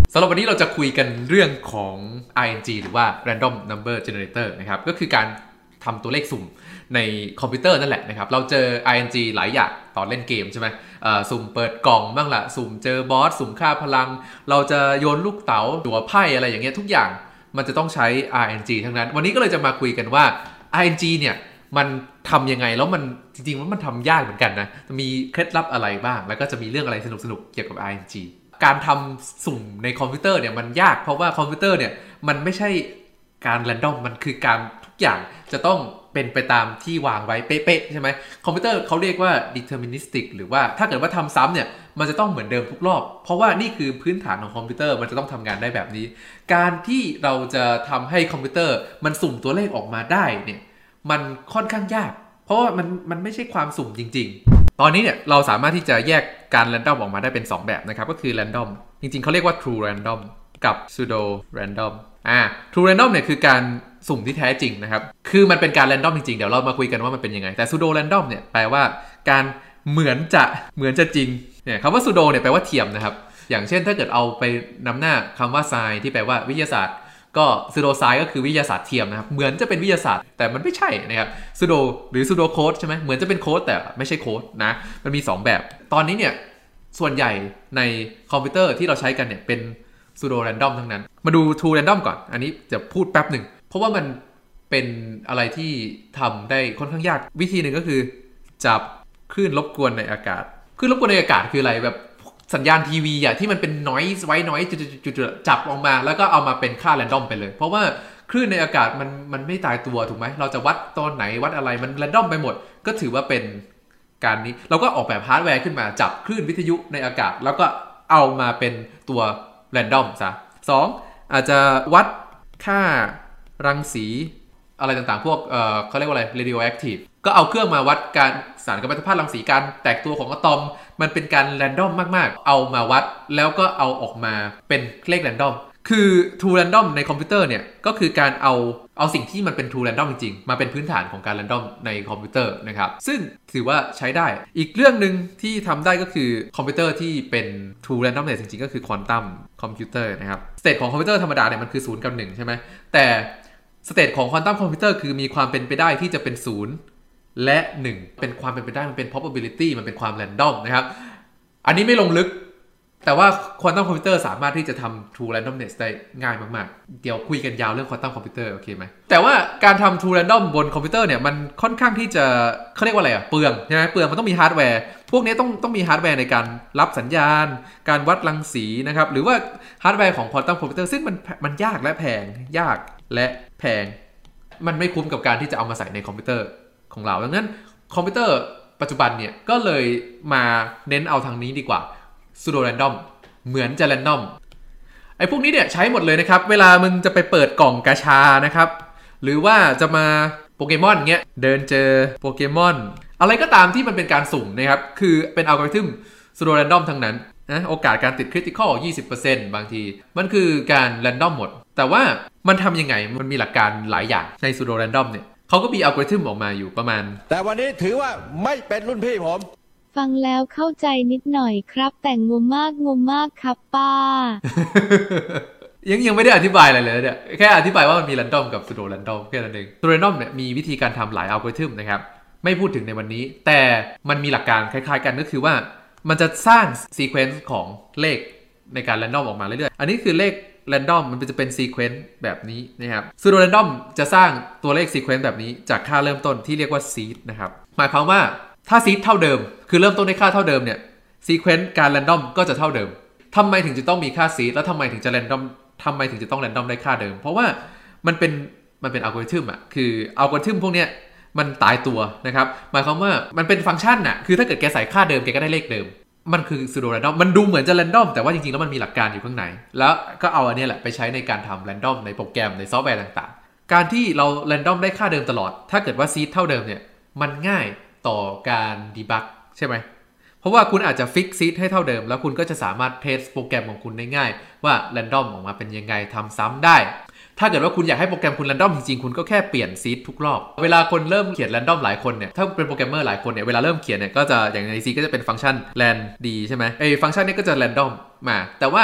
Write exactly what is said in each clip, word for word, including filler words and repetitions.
สำหรับวันนี้เราจะคุยกันเรื่องของ อาร์ เอ็น จี หรือว่า Random Number Generator นะครับก็คือการทำตัวเลขสุ่มในคอมพิวเตอร์นั่นแหละนะครับเราเจอ อาร์ เอ็น จี หลายอย่างตอนเล่นเกมใช่ไหมสุ่มเปิดกล่องบ้างละสุ่มเจอบอสสุ่มค่าพลังเราจะโยนลูกเต๋าตัวไพ่อะไรอย่างเงี้ยทุกอย่างมันจะต้องใช้ อาร์ เอ็น จี ทั้งนั้นวันนี้ก็เลยจะมาคุยกันว่า อาร์ เอ็น จี เนี่ยมันทำยังไงแล้วมันจริงๆมันทำยากเหมือนกันนะมีเคล็ดลับอะไรบ้างแล้วก็จะมีเรื่องอะไรสนุกๆเกี่ยวกับ อาร์ เอ็น จี การทำสุ่มในคอมพิวเตอร์เนี่ยมันยากเพราะว่าคอมพิวเตอร์เนี่ยมันไม่ใช่การแรนดอมมันคือการทุกอย่างจะต้องเป็นไปตามที่วางไว้เป๊ะๆใช่ไหมคอมพิวเตอร์เขาเรียกว่า deterministic หรือว่าถ้าเกิดว่าทำซ้ำเนี่ยมันจะต้องเหมือนเดิมทุกรอบเพราะว่านี่คือพื้นฐานของคอมพิวเตอร์มันจะต้องทำงานได้แบบนี้การที่เราจะทำให้คอมพิวเตอร์มันสุ่มตัวเลขออกมาได้เนี่ยมันค่อนข้างยากเพราะว่ามันมันไม่ใช่ความสุ่มจริงๆตอนนี้เนี่ยเราสามารถที่จะแยกการ random ออกมาได้เป็นสองแบบนะครับก็คือ random จริงๆเขาเรียกว่า true random กับ pseudo random อ่า true random เนี่ยคือการสุ่มที่แท้จริงนะครับคือมันเป็นการ random จริงๆเดี๋ยวเรามาคุยกันว่ามันเป็นยังไงแต่ pseudo random เนี่ยแปลว่าการเหมือนจะเหมือนจะจริงเนี่ยคำว่า pseudo เนี่ยแปลว่าเทียมนะครับอย่างเช่นถ้าเกิดเอาไปนำหน้าคำว่า science ที่แปลว่าวิทยาศาสตร์ก็ pseudo science ก็คือวิทยาศาสตร์เทียมนะครับเหมือนจะเป็นวิทยาศาสตร์แต่มันไม่ใช่นะครับ pseudo หรือ pseudo code ใช่ไหมเหมือนจะเป็นโค้ดแต่ไม่ใช่โค้ดนะมันมีสองแบบตอนนี้เนี่ยส่วนใหญ่ในคอมพิวเตอร์ที่เราใช้กันเนี่ยเป็น pseudo random ทั้งนั้นมาดู true random ก่อนอันนี้จะพูดแป๊บหนึ่งเพราะว่ามันเป็นอะไรที่ทำได้ค่อนข้างยากวิธีหนึ่งก็คือจับคลื่นรบกวนในอากาศคลื่นรบกวนในอากาศคืออะไรแบบสัญญาณทีวีอ่ะที่มันเป็น noise white noise จุดๆจับออกมาแล้วก็เอามาเป็นค่า random ไปเลยเพราะว่าคลื่นในอากาศมันมันไม่ตายตัวถูกไหมเราจะวัดตอนไหนวัดอะไรมัน random ไปหมดก็ถือว่าเป็นการนี้เราก็ออกแบบฮาร์ดแวร์ขึ้นมาจับคลื่นวิทยุในอากาศแล้วก็เอามาเป็นตัว random ซะสองอาจจะวัดค่ารังสีอะไรต่างๆพวกเอ่อเขาเรียกว่าอะไร radioactive ก็เอาเครื่องมาวัดการสารกัมมันตภาพรังสีการแตกตัวของอะตอมมันเป็นการแรนดอมมากๆเอามาวัดแล้วก็เอาออกมาเป็นเลขแรนดอมคือ true random ในคอมพิวเตอร์เนี่ยก็คือการเอาเอาสิ่งที่มันเป็น true random จริงๆมาเป็นพื้นฐานของการแรนดอมในคอมพิวเตอร์นะครับซึ่งถือว่าใช้ได้อีกเรื่องนึงที่ทำได้ก็คือคอมพิวเตอร์ที่เป็น true randomness จริงๆก็คือควอนตัมคอมพิวเตอร์นะครับสเตทของคอมพิวเตอร์ธรรมดาเนี่ยมันคือศูนย์กับหนึ่งใช่ไหมแต่สเตทของควอนตัมคอมพิวเตอร์คือมีความเป็นไปได้ที่จะเป็นศูนย์และหนึ่งเป็นความเป็นไปได้มันเป็น probability มันเป็นความ random นะครับอันนี้ไม่ลงลึกแต่ว่าควอนตัมคอมพิวเตอร์สามารถที่จะทำ true randomness ได้ง่ายมากๆเดี๋ยวคุยกันยาวเรื่องควอนตัมคอมพิวเตอร์โอเคไหมแต่ว่าการทำ true random บนคอมพิวเตอร์เนี่ยมันค่อนข้างที่จะเขาเรียกว่าอะไรอะเปลืองใช่ไหมเปลืองมันต้องมีฮาร์ดแวร์พวกนี้ต้องต้องมีฮาร์ดแวร์ในการรับสัญญาณการวัดรังสีนะครับหรือว่าฮาร์ดแวร์ของควอนตัมคอมพิวเตอร์ซึ่งมันมันยากและแพงยากและแพงมันไม่คุ้มกับการที่จะเอามาใส่ในคอมพิวเตอร์ของเราดังนั้นคอมพิวเตอร์ปัจจุบันเนี่ยก็เลยมาเน้นเอาทางนี้ดีกว่า pseudo random เหมือนจะ random ไอ้พวกนี้เนี่ยใช้หมดเลยนะครับเวลามึงจะไปเปิดกล่องกาชานะครับหรือว่าจะมาโปเกมอนเงี้ยเดินเจอโปเกมอนอะไรก็ตามที่มันเป็นการสุ่มนะครับคือเป็นอัลกอริทึม pseudo random ทั้งนั้นนะโอกาสการติด critical ยี่สิบเปอร์เซ็นต์ บางทีมันคือการ random หมดแต่ว่ามันทำยังไงมันมีหลักการหลายอย่างใน pseudo random เนี่ยเขาก็มีอัลกอริทึมออกมาอยู่ประมาณแต่วันนี้ถือว่าไม่เป็นรุ่นพี่ผมฟังแล้วเข้าใจนิดหน่อยครับแต่งงมากงมมากครับป้ายังยังไม่ได้อธิบายอะไรเลยเนี่ยแค่อธิบายว่ามันมี random กับ pseudo random แค่นั้นเอง pseudo random เนี่ยมีวิธีการทำหลายอัลกอริทึมนะครับไม่พูดถึงในวันนี้แต่มันมีหลักการคล้ายๆกันก็คือว่ามันจะสร้างซีเควนซ์ของเลขในการ random ออกมาเรื่อยๆอันนี้คือเลขrandom มันจะเป็นซีเควนซ์แบบนี้นะครับ pseudo random จะสร้างตัวเลขซีเควนซ์แบบนี้จากค่าเริ่มต้นที่เรียกว่า seed นะครับหมายความว่าถ้า seed เท่าเดิมคือเริ่มต้นด้วยค่าเท่าเดิมเนี่ยซีเควนซ์การ random ก็จะเท่าเดิมทำไมถึงจะต้องมีค่า seed แล้วทำไมถึงจะ random ทำไมถึงจะต้อง random ได้ค่าเดิมเพราะว่ามันเป็นมันเป็นอัลกอริทึมอ่ะคืออัลกอริทึมพวกเนี้ยมันตายตัวนะครับหมายความว่ามันเป็นฟังก์ชันน่ะคือถ้าเกิดแกใส่ค่าเดิมแกก็ได้เลขเดิมมันคือ pseudo random มันดูเหมือนจะ random แต่ว่าจริงๆแล้วมันมีหลักการอยู่ข้างในแล้วก็เอาอันนี้แหละไปใช้ในการทำ random ในโปรแกรมในซอฟต์แวร์ต่างๆการที่เรา random ได้ค่าเดิมตลอดถ้าเกิดว่า seed เท่าเดิมเนี่ยมันง่ายต่อการ debug ใช่ไหมเพราะว่าคุณอาจจะ fix seed ให้เท่าเดิมแล้วคุณก็จะสามารถเทสโปรแกรมของคุณได้ง่ายว่า random ออกมาเป็นยังไงทำซ้ำได้ถ้าเกิดว่าคุณอยากให้โปรแกรมคุณ random จริงๆคุณก็แค่เปลี่ยนซีดทุกรอบเวลาคนเริ่มเขียน random หลายคนเนี่ยถ้าเป็นโปรแกรมเมอร์หลายคนเนี่ยเวลาเริ่มเขียนเนี่ยก็จะอย่างใน C ก็จะเป็นฟังก์ชัน rand ใช่ไหมไอ้ฟังก์ชันนี้ก็จะ random มาแต่ว่า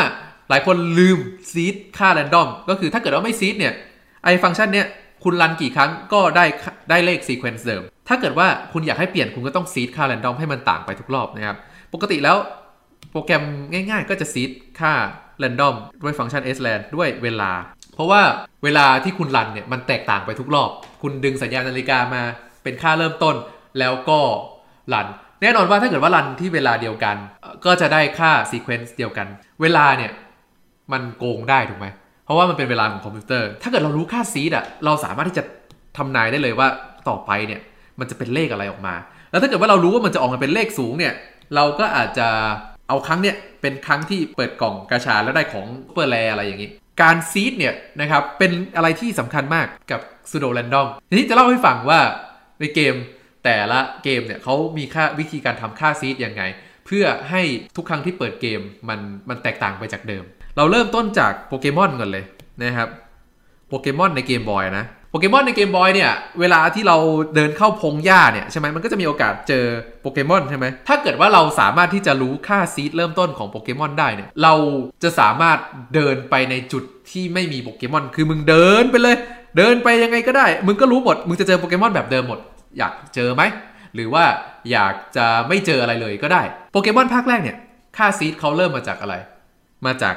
หลายคนลืมซีดค่าแรนดอมก็คือถ้าเกิดว่าไม่ซีดเนี่ยไอฟังก์ชันเนี้ยคุณรันกี่ครั้งก็ได้ได้เลขซีเควนซ์เดิมถ้าเกิดว่าคุณอยากให้เปลี่ยนคุณก็ต้องซีดค่าแรนดอมให้มันต่างไปทุกรอบนะครับปกติแล้วโปรแกรมง่ายๆก็จะซีดค่าแรนดอมด้วยฟังก์ชัน slan ด้วยเวลาเพราะว่าเวลาที่คุณรันเนี่ยมันแตกต่างไปทุกรอบคุณดึงสัญญาณนาฬิกามาเป็นค่าเริ่มต้นแล้วก็รันแน่นอนว่าถ้าเกิดว่ารันที่เวลาเดียวกันก็จะได้ค่าซีเควนซ์เดียวกันเวลาเนี่ยมันโกงได้ถูกไหมเพราะว่ามันเป็นเวลาของคอมพิวเตอร์ถ้าเกิดเรารู้ค่าซีดอ่ะเราสามารถที่จะทำนายได้เลยว่าต่อไปเนี่ยมันจะเป็นเลขอะไรออกมาแล้วถ้าเกิดว่าเรารู้ว่ามันจะออกมาเป็นเลขสูงเนี่ยเราก็อาจจะเอาครั้งเนี่ยเป็นครั้งที่เปิดกล่องกาชาแล้วได้ของเปิดแรอะไรอย่างนี้การซีดเนี่ยนะครับเป็นอะไรที่สำคัญมากกับ pseudo random ทีนี้จะเล่าให้ฟังว่าในเกมแต่ละเกมเนี่ยเขามีค่าวิธีการทำค่าซีดยังไงเพื่อให้ทุกครั้งที่เปิดเกมมันมันแตกต่างไปจากเดิมเราเริ่มต้นจากโปเกมอนก่อนเลยนะครับโปเกมอนในเกมบอยนะโปเกมอนในเกมบอยเนี่ยเวลาที่เราเดินเข้าพงหญ้าเนี่ยใช่ไหมมันก็จะมีโอกาสเจอโปเกมอนใช่ไหมถ้าเกิดว่าเราสามารถที่จะรู้ค่าซีดเริ่มต้นของโปเกมอนได้เนี่ยเราจะสามารถเดินไปในจุดที่ไม่มีโปเกมอนคือมึงเดินไปเลยเดินไปยังไงก็ได้มึงก็รู้หมดมึงจะเจอโปเกมอนแบบเดิมหมดอยากเจอไหมหรือว่าอยากจะไม่เจออะไรเลยก็ได้โปเกมอนภาคแรกเนี่ยค่าซีดเขาเริ่มมาจากอะไรมาจาก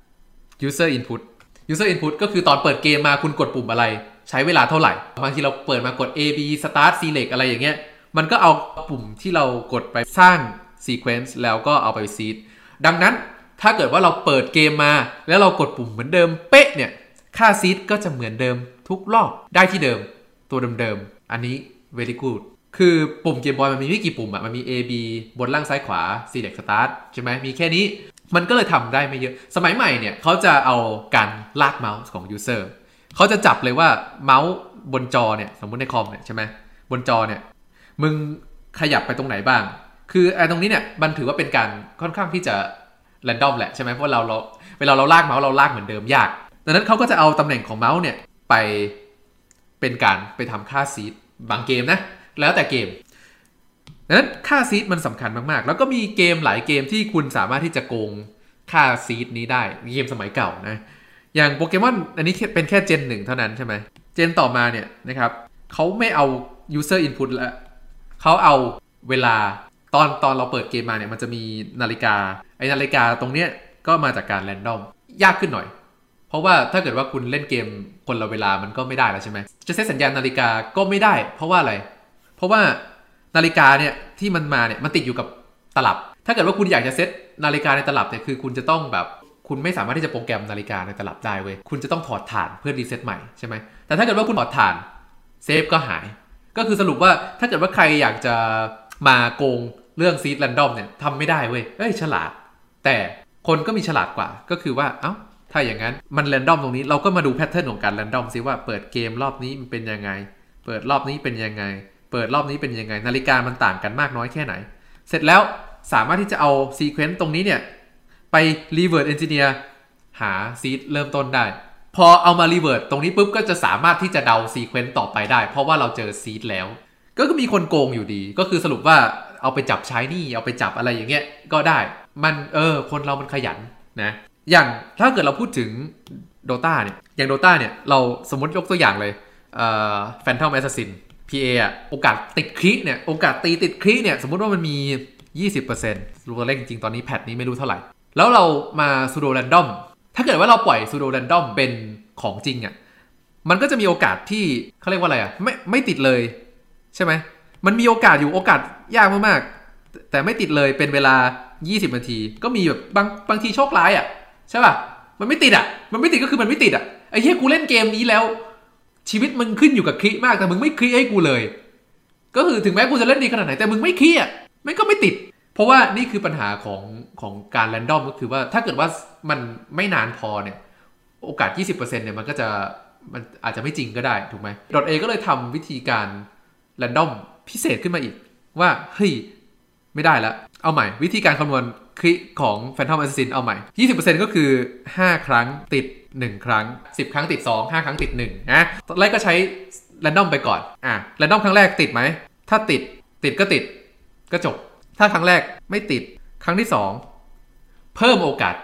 user input user input ก็คือตอนเปิดเกมมาคุณกดปุ่มอะไรใช้เวลาเท่าไหร่บางทีเราเปิดมากด A B start select อะไรอย่างเงี้ยมันก็เอาปุ่มที่เรากดไปสร้าง sequence แล้วก็เอาไปซีดดังนั้นถ้าเกิดว่าเราเปิดเกมมาแล้วเรากดปุ่มเหมือนเดิมเป๊ะเนี่ยค่าซีดก็จะเหมือนเดิมทุกรอบได้ที่เดิมตัวเดิมๆอันนี้ very good คือปุ่มเกมบอยมันมีไม่กี่ปุ่มอะมันมี A B บนล่างซ้ายขวา select start ใช่ไหมมีแค่นี้มันก็เลยทำได้ไม่เยอะสมัยใหม่เนี่ยเขาจะเอาการลากเมาส์ของ user เขาจะจับเลยว่าเมาส์บนจอเนี่ยสมมุติในคอมเนี่ยใช่ไหมบนจอเนี่ยมึงขยับไปตรงไหนบ้างคือไอ้ตรงนี้เนี่ยมันถือว่าเป็นการค่อนข้างที่จะแรนดอมแหละใช่ไหมเพราะเราเราเวลาเราลากเมาส์เราลากเหมือนเดิมยากดังนั้นเขาก็จะเอาตำแหน่งของเมาส์เนี่ยไปเป็นการไปทำค่าซีดบางเกมนะแล้วแต่เกมดังนั้นค่าซีดมันสำคัญมากๆแล้วก็มีเกมหลายเกมที่คุณสามารถที่จะโกงค่าซีดนี้ได้เกมสมัยเก่านะอย่างโปเกมอนอันนี้เป็นแค่เจนหนึ่งเท่านั้นใช่ไหมเจนต่อมาเนี่ยนะครับเขาไม่เอา user input แล้วเขาเอาเวลาตอนตอนเราเปิดเกมมาเนี่ยมันจะมีนาฬิกาไอ้นาฬิกาตรงเนี้ยก็มาจากการแรนดอมยากขึ้นหน่อยเพราะว่าถ้าเกิดว่าคุณเล่นเกมคนละเวลามันก็ไม่ได้แล้วใช่ไหมจะเซตสัญญาณนาฬิกาก็ไม่ได้เพราะว่าอะไรเพราะว่านาฬิกาเนี่ยที่มันมาเนี่ยมันติดอยู่กับตลับถ้าเกิดว่าคุณอยากจะเซตนาฬิกาในตลับเนี่ยคือคุณจะต้องแบบคุณไม่สามารถที่จะโปรแกรมนาฬิกาในตลับได้เว้ยคุณจะต้องถอดฐานเพื่อรีเซ็ตใหม่ใช่ไหมแต่ถ้าเกิดว่าคุณถอดฐานเซฟก็หายก็คือสรุปว่าถ้าเกิดว่าใครอยากจะมาโกงเรื่องซีดแรนดอมเนี่ยทำไม่ได้เว้ยเอ้ยฉลาดแต่คนก็มีฉลาดกว่าก็คือว่าเอ้าถ้าอย่างนั้นมันแรนดอมตรงนี้เราก็มาดูแพทเทิร์นของการแรนดอมซิว่าเปิดเกมรอบนี้มันเป็นยังไงเปิดรอบนี้เป็นยังไงเปิดรอบนี้เป็นยังไงนาฬิกามันต่างกันมากน้อยแค่ไหนเสร็จแล้วสามารถที่จะเอาซีเควนซ์ตรงนี้เนี่ยไป reverse engineer หาซีดเริ่มต้นได้พอเอามา reverse ตรงนี้ปุ๊บก็จะสามารถที่จะเดาซีเควนซ์ต่อไปได้เพราะว่าเราเจอซีดแล้วก็มีคนโกงอยู่ดีก็คือสรุปว่าเอาไปจับใช้นี่เอาไปจับอะไรอย่างเงี้ยก็ได้มันเออคนเรามันขยันนะอย่างถ้าเกิดเราพูดถึง Dota เนี่ยอย่าง Dota เนี่ยเราสมมติยกตัวอย่างเลยเอ่อ Phantom Assassin พี เอ อ่ะโอกาสติดคริเนี่ยโอกาสตีติดคริเนี่ยสมมติว่ามันมี ยี่สิบเปอร์เซ็นต์ รู้ตัวเลขจริงๆตอนนี้แพทนี้ไม่รู้เท่าไหร่แล้วเรามา pseudo random ถ้าเกิดว่าเราปล่อย pseudo random เป็นของจริงอ่ะมันก็จะมีโอกาสที่เขาเรียกว่าอะไรอ่ะไม่ไม่ติดเลยใช่ไหมมันมีโอกาสอยู่โอกาสยากมากๆแต่ไม่ติดเลยเป็นเวลายี่สิบนาทีก็มีแบบบางบางทีโชคร้ายอ่ะใช่ป่ะมันไม่ติดอ่ะมันไม่ติดก็คือมันไม่ติดอ่ะไอ้เหี้ยกูเล่นเกมนี้แล้วชีวิตมึงขึ้นอยู่กับคลิมากแต่มึงไม่คลิให้กูเลยก็คือถึงแม้กูจะเล่นดีขนาดไหนแต่มึงไม่คลิอ่ะมันก็ไม่ติดเพราะว่านี่คือปัญหาของของการแรนดอมก็คือว่าถ้าเกิดว่ามันไม่นานพอเนี่ยโอกาส ยี่สิบเปอร์เซ็นต์ เนี่ยมันก็จะมันอาจจะไม่จริงก็ได้ถูกไหม .A ก็เลยทำวิธีการแรนดอมพิเศษขึ้นมาอีกว่าเฮ้ยไม่ได้แล้วเอาใหม่วิธีการคำนวณคลิของ Phantom Assassin เอาใหม่ ยี่สิบเปอร์เซ็นต์ ก็คือห้าครั้งติดหนึ่งครั้งสิบครั้งติดสอง ห้าครั้งติดหนึ่งนะตอนแรกก็ใช้แรนดอมไปก่อนอ่ะแรนดอมครั้งแรกติดไหมถ้าติดติดก็ติดก็จบถ้าครั้งแรกไม่ติดครั้งที่สองเพิ่มโอกาสติดพ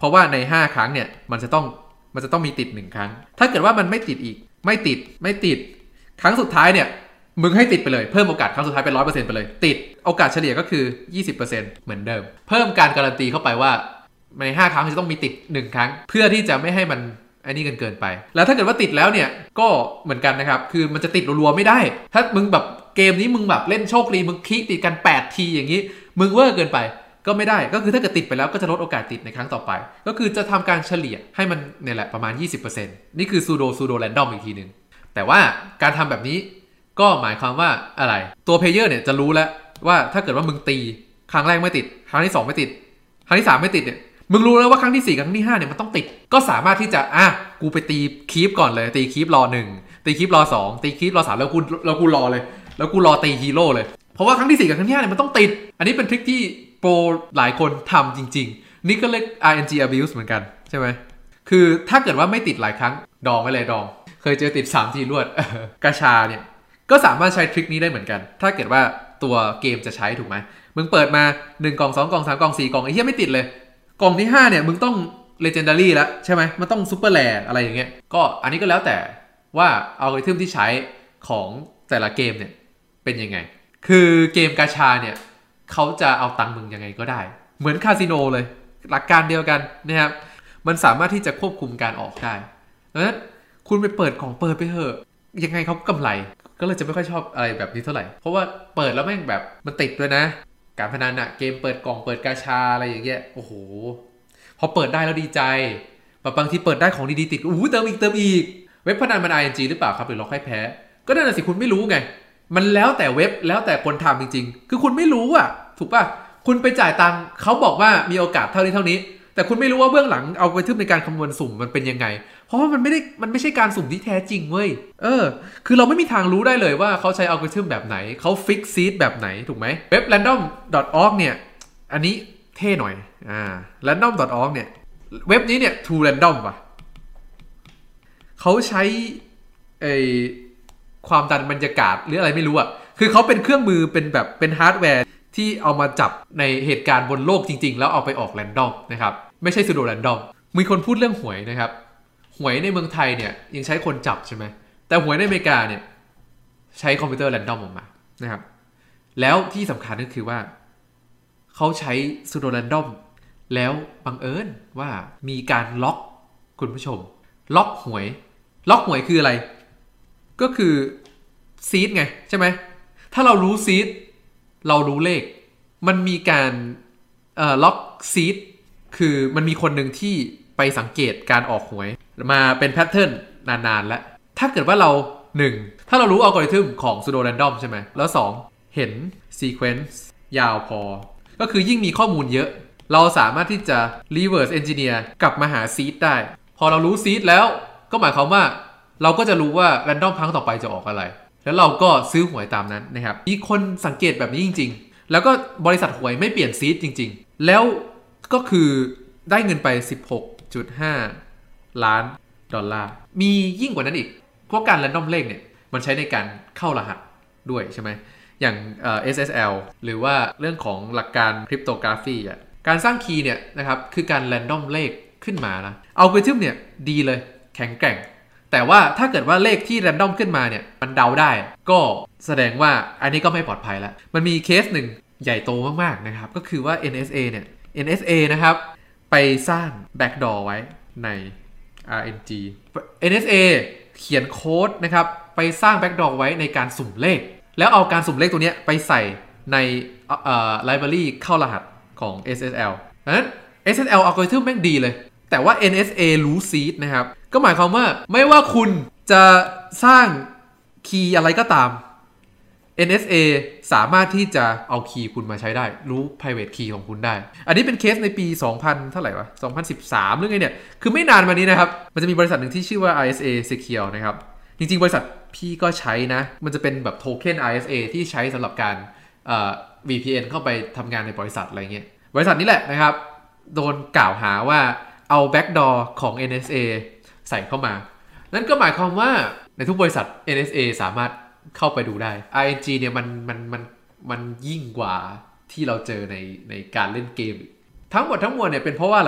ราะว่าในห้าครั้งเนี่ยมันจะต้องมันจะต้องมีติดหนึ่งครั้งถ้าเกิดว่ามันไม่ติดอีกไม่ติดไม่ติดครั้งสุดท้ายเนี่ยมึงให้ติดไปเลยเพิ่มโอกาสครั้งสุดท้ายเป็น ร้อยเปอร์เซ็นต์ ไปเลยติดโอกาสเฉลี่ยก็คือ ยี่สิบเปอร์เซ็นต์ เหมือนเดิมเพิ่มการการันตีเข้าไปว่าในห้าครั้งจะต้องมีติดหนึ่งครั้งเพื่อที่จะไม่ให้มันไอ้นี่กันเกินไปแล้วถ้าเกิดว่าติดแล้วเนี่ยก็เหมือนกันนะครับคือมันจะติดรัวๆไม่ได้ถ้ามึงแบบเกมนี้มึงแบบเล่นโชคดีมึงคลิกติดกันแปดทีอย่างนี้มึงเวอร์เกินไปก็ไม่ได้ก็คือถ้าเกิดติดไปแล้วก็จะลดโอกาสติดในครั้งต่อไปก็คือจะทำการเฉลี่ยให้มันเนี่ยแหละประมาณ ยี่สิบเปอร์เซ็นต์ นี่คือ pseudo pseudo random อีกทีนึงแต่ว่าการทำแบบนี้ก็หมายความว่าอะไรตัวเพลเยอร์เนี่ยจะรู้แล้วว่าถ้าเกิดว่ามึงตีครั้งแรกไม่ติดครั้งที่สองไม่ติดครั้งที่สามไม่ติดเนี่ยมึงรู้แล้วว่าครั้งที่สี่กับครั้งที่ห้าเนี่ยมันต้องติดก็สามารถที่จะอ่ะกูไปตีคีปก่อนเลยตีคีปรอหนึ่งตีคีปรอสองตีคีปรอสามแล้วกูแล้วกูรอเลยแล้วกูรอตีฮีโร่เลยเพราะว่าครั้งที่สี่กับครั้งที่ห้าเนี่ยมันต้องติดอันนี้เป็นทริคที่โปรหลายคนทำจริงๆนี่ก็เรียก อาร์ เอ็น จี abuse เหมือนกันใช่ไหมคือถ้าเกิดว่าไม่ติดหลายครั้งดองไว้เลยดองเคยเจอติดสามทีรวดกาชาเนี่ยก็สามารถใช้ทริคนี้ได้เหมือนกันถ้าเกิดว่าตัวเกมจะใช้ถูกไหมมึงเปิดมาหนึ่งกล่องสองกล่องสามกล่องสี่กล่องไอ้เหี้ยไม่ติดเลยกล่องที่ห้าเนี่ยมึงต้อง legendary แล้วใช่ไหมมันต้อง super rare อะไรอย่างเงี้ยก็อันนี้ก็แล้วแต่ว่าอัลกอริทึมที่ใช้ของแต่ละเกมเนี่ยเป็นยังไงคือเกมกาชาเนี่ยเขาจะเอาตังค์มึงยังไงก็ได้เหมือนคาสิโนเลยหลักการเดียวกันนะครับมันสามารถที่จะควบคุมการออกได้ดังนั้นคุณไปเปิดกล่องเปิดไปเถอะยังไงเขากำไรก็เลยจะไม่ค่อยชอบอะไรแบบนี้เท่าไหร่เพราะว่าเปิดแล้วแม่งแบบมันติดด้วยนะการพนันอะเกมเปิดกล่องเปิดกาชาอะไรอย่างเงี้ยโอ้โหพอเปิดได้แล้วดีใจบางทีเปิดได้ของดีๆติดอู้เติมอีกเติมอีกเว็บพนันมัน อาร์ เอ็น จี หรือเปล่าครับหรือล็อกให้แพ้ก็นั่นแหละสิคุณไม่รู้ไงมันแล้วแต่เว็บแล้วแต่คนทำจริงๆคือคุณไม่รู้อ่ะถูกป่ะคุณไปจ่ายตังค์เขาบอกว่ามีโอกาสเท่านี้เท่านี้แต่คุณไม่รู้ว่าเบื้องหลังเอาไปทึบในการคำนวณสุ่มมันเป็นยังไงเพราะว่ามันไม่ได้มันไม่ใช่การสุ่มที่แท้จริงเว้ยเออคือเราไม่มีทางรู้ได้เลยว่าเขาใช้อัลกอริทึมแบบไหนเขาฟิกซีดแบบไหนถูกไหมเว็บ แรนดอม ดอท ออร์ก เนี่ยอันนี้เท่หน่อยอ่า แรนดอม ดอท ออร์ก เนี่ยเว็บนี้เนี่ย True Random ว่ะเขาใช้ไอความดันบรรยากาศหรืออะไรไม่รู้อ่ะคือเขาเป็นเครื่องมือเป็นแบบเป็นฮาร์ดแวร์ที่เอามาจับในเหตุการณ์บนโลกจริงๆแล้วเอาไปออกแรนดอมนะครับไม่ใช่ pseudo random มีคนพูดเรื่องหวยนะครับหวยในเมืองไทยเนี่ยยังใช้คนจับใช่ไหมแต่หวยในอเมริกาเนี่ยใช้คอมพิวเตอร์แรนดอมออกมานะครับแล้วที่สำคัญก็คือว่าเขาใช้ pseudo random แล้วบังเอิญว่ามีการล็อกคุณผู้ชมล็อกหวยล็อกหวยคืออะไรก็คือซีดไงใช่ไหมถ้าเรารู้ซีดเรารู้เลขมันมีการเอ่อล็อกซีดคือมันมีคนหนึ่งที่ไปสังเกตการออกหวยมาเป็นแพทเทิร์นนานๆแล้วถ้าเกิดว่าเราหนึ่งถ้าเรารู้อัลกอริทึมของ pseudo random ใช่ไหมแล้วสองเห็นซีเควนซ์ยาวพอก็คือยิ่งมีข้อมูลเยอะเราสามารถที่จะ reverse engineer กลับมาหาซีดได้พอเรารู้ซีดแล้วก็หมายความว่าเราก็จะรู้ว่า random ครั้งต่อไปจะออกอะไรแล้วเราก็ซื้อหวยตามนั้นนะครับมีคนสังเกตแบบนี้จริงๆแล้วก็บริษัทหวยไม่เปลี่ยนซีดจริงๆแล้วก็คือได้เงินไป สิบหกจุดห้า ล้านดอลลาร์มียิ่งกว่านั้นอีกเพราะการ random เลขเนี่ยมันใช้ในการเข้ารหัสด้วยใช่ไหมอย่างเอ่อ เอส เอส แอล หรือว่าเรื่องของหลักการคริปโตกราฟีอ่ะการสร้างคีย์เนี่ยนะครับคือการ random เลขขึ้นมานะอัลกอริทึมเนี่ยดีเลยแข็งแกร่งแต่ว่าถ้าเกิดว่าเลขที่ random ขึ้นมาเนี่ยมันเดาได้ก็แสดงว่าอันนี้ก็ไม่ปลอดภัยแล้วมันมีเคสหนึ่งใหญ่โตมากๆนะครับก็คือว่า เอ็น เอส เอ เนี่ย เอ็น เอส เอ นะครับไปสร้าง backdoor ไว้ใน อาร์ เอ็น จี เอ็น เอส เอ เขียนโค้ดนะครับไปสร้าง backdoor ไว้ในการสุ่มเลขแล้วเอาการสุ่มเลขตัวนี้ไปใส่ในเอ่อ library เข้ารหัสของ เอส เอส แอล ดังนั้น เอส เอส แอล algorithm แม่งดีเลยแต่ว่า เอ็น เอส เอ รู้ seed นะครับก็หมายความว่าไม่ว่าคุณจะสร้างคีย์อะไรก็ตาม เอ็น เอส เอ สามารถที่จะเอาคีย์คุณมาใช้ได้รู้ private key ของคุณได้อันนี้เป็นเคสในปี สองพัน เท่าไหร่วะ สองพันสิบสาม หรือไงเนี่ยคือไม่นานมานี้นะครับมันจะมีบริษัทหนึ่งที่ชื่อว่า อาร์ เอส เอ Secure นะครับจริงๆบริษัทพี่ก็ใช้นะมันจะเป็นแบบโทเค็น อาร์ เอส เอ ที่ใช้สำหรับการเอ่อ วี พี เอ็น เข้าไปทำงานในบริษัทอะไรเงี้ยบริษัทนี้แหละนะครับโดนกล่าวหาว่าเอา backdoor ของ เอ็น เอส เอ ใส่เข้ามานั่นก็หมายความว่าในทุกบริษัท เอ็น เอส เอ สามารถเข้าไปดูได้ อาร์ เอ็น จี เนี่ยมันมันมันมันยิ่งกว่าที่เราเจอในในการเล่นเกมทั้งหมดทั้งมวลเนี่ยเป็นเพราะว่าอะไร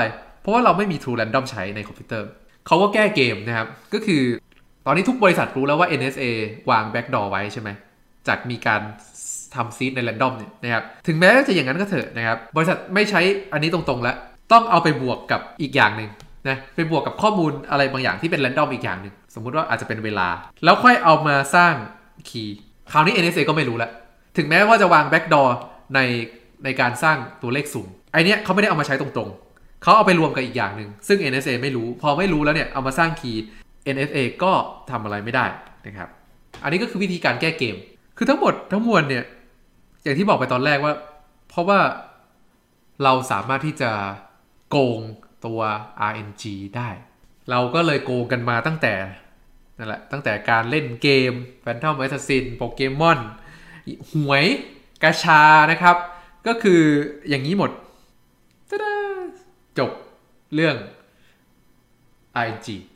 เพราะว่าเราไม่มี True Random ใช้ในคอมพิวเตอร์เขาก็แก้เกมนะครับก็คือตอนนี้ทุกบริษัทรู้แล้วว่า เอ็น เอส เอ วาง backdoor ไว้ใช่ไหมจากมีการทำซีดใน random เนี่ยนะครับถึงแม้จะอย่างนั้นก็เถอะนะครับบริษัทไม่ใช้อันนี้ตรงๆแล้วต้องเอาไปบวกกับอีกอย่างหนึ่งนะไปบวกกับข้อมูลอะไรบางอย่างที่เป็น random อีกอย่างหนึ่งสมมุติว่าอาจจะเป็นเวลาแล้วค่อยเอามาสร้างคีย์คราวนี้ เอ็น เอส เอ ก็ไม่รู้แล้วถึงแม้ว่าจะวาง backdoor ในในการสร้างตัวเลขสุ่มไอเนี้ยเขาไม่ได้เอามาใช้ตรงๆเขาเอาไปรวมกับอีกอย่างหนึ่งซึ่ง เอ็น เอส เอ ไม่รู้พอไม่รู้แล้วเนี่ยเอามาสร้างคีย์ เอ็น เอส เอ ก็ทำอะไรไม่ได้นะครับอันนี้ก็คือวิธีการแก้เกมคือทั้งหมดทั้งมวลเนี่ยอย่างที่บอกไปตอนแรกว่าเพราะว่าเราสามารถที่จะโกงตัว อาร์ เอ็น จี ได้เราก็เลยโกงกันมาตั้งแต่นั่นแหละตั้งแต่การเล่นเกม Phantom Assassin โปเกมอนหวยกาชานะครับก็คืออย่างนี้หมดจบเรื่อง อาร์ เอ็น จี